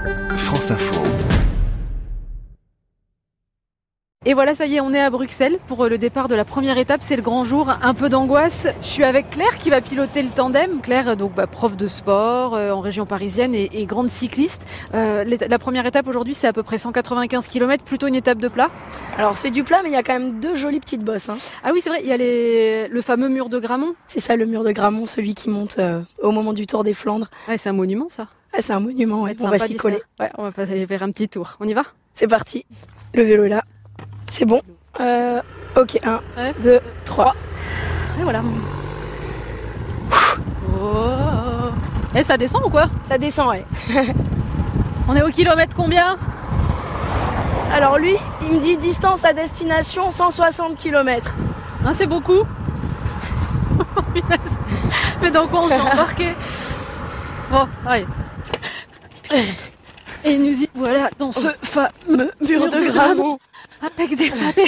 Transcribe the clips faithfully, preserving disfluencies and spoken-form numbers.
France Info. Et voilà, ça y est, on est à Bruxelles pour le départ de la première étape, c'est le grand jour, un peu d'angoisse. Je suis avec Claire qui va piloter le tandem. Claire, donc bah, prof de sport euh, en région parisienne et, et grande cycliste. Euh, la première étape aujourd'hui, c'est à peu près cent quatre-vingt-quinze kilomètres, plutôt une étape de plat. Alors c'est du plat, mais il y a quand même deux jolies petites bosses. Hein. Ah oui, c'est vrai, il y a les... le fameux mur de Grammont. C'est ça, le mur de Grammont, celui qui monte euh, au moment du Tour des Flandres. Ouais, c'est un monument ça. Ah, c'est un monument, ouais. On va s'y coller. Ouais, on va aller faire un petit tour. On y va ? C'est parti. Le vélo est là. C'est bon. Euh, ok, un, ouais. deux, trois. Et voilà. Oh. Et ça descend ou quoi ? Ça descend, ouais. On est au kilomètre combien ? Alors lui, il me dit distance à destination cent soixante kilomètres. Ah, c'est beaucoup. Mais dans quoi on s'est embarqué ? Bon, allez. Et nous y voilà dans ce fameux mur, mur de, de Grammont. Avec des pavés.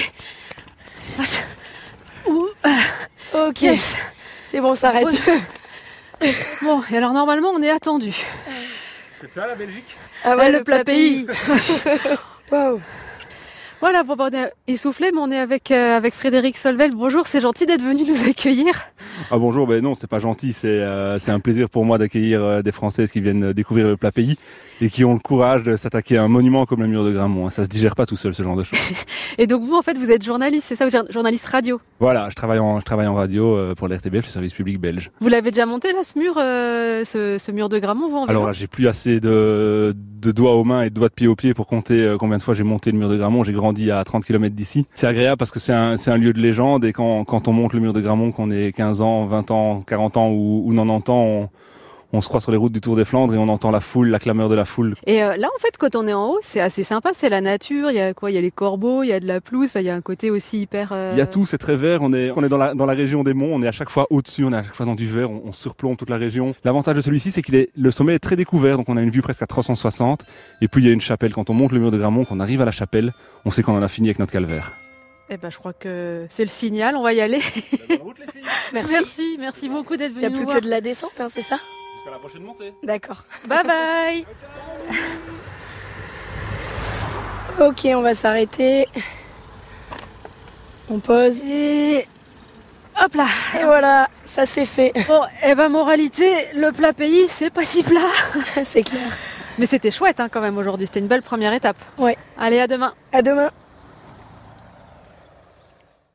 Ouh. Ok, yes. C'est bon, ça s'arrête. Bon, et alors normalement on est attendu. C'est plat la Belgique ? Ah ouais, le, le plat, plat pays. Waouh. Voilà, bon, on est essoufflé, mais on est avec, euh, avec Frédéric Solvel. Bonjour, c'est gentil d'être venu nous accueillir. Ah bonjour, ben non, c'est pas gentil, c'est euh, c'est un plaisir pour moi d'accueillir euh, des Françaises qui viennent découvrir le plat pays et qui ont le courage de s'attaquer à un monument comme le mur de Grammont. Ça se digère pas tout seul, ce genre de choses. Et donc vous, en fait, vous êtes journaliste, c'est ça, vous êtes journaliste radio ? Voilà, je travaille en, je travaille en radio euh, pour l'R T B F, le service public belge. Vous l'avez déjà monté là, ce mur, euh, ce, ce mur de Grammont, vous en vélo ? Alors là, j'ai plus assez de, de doigts aux mains et de doigts de pied aux pieds pour compter euh, combien de fois j'ai monté le mur de Grammont. J'ai grandi à trente kilomètres d'ici. C'est agréable parce que c'est un, c'est un lieu de légende et quand, quand on monte le mur de Grammont, qu'on ait quinze ans, vingt ans, quarante ans ou, ou quatre-vingt-dix ans, on, on se croise sur les routes du Tour des Flandres et on entend la foule, la clameur de la foule. Et euh, là, en fait, quand on est en haut, c'est assez sympa, c'est la nature, il y a quoi ? Il y a les corbeaux, il y a de la pelouse, il y a un côté aussi hyper... Euh... Il y a tout, c'est très vert, on est, on est dans, la, dans la région des monts, on est à chaque fois au-dessus, on est à chaque fois dans du vert, on, on surplombe toute la région. L'avantage de celui-ci, c'est qu'il est, le sommet est très découvert, donc on a une vue presque à trois cent soixante, et puis il y a une chapelle. Quand on monte le mur de Grammont, qu'on arrive à la chapelle, on sait qu'on en a fini avec notre calvaire. Eh ben, je crois que c'est le signal, on va y aller. Bonne route les filles. Merci. Merci, merci beaucoup d'être venus. Il n'y a plus que de la descente, hein, c'est ça ? Jusqu'à la prochaine montée. D'accord. Bye bye. Ok, on va s'arrêter. On pose. Et hop là. Et voilà, ça c'est fait. Bon, eh ben moralité, le plat pays, c'est pas si plat. C'est clair. Mais c'était chouette hein, quand même aujourd'hui, c'était une belle première étape. Ouais. Allez, à demain. À demain.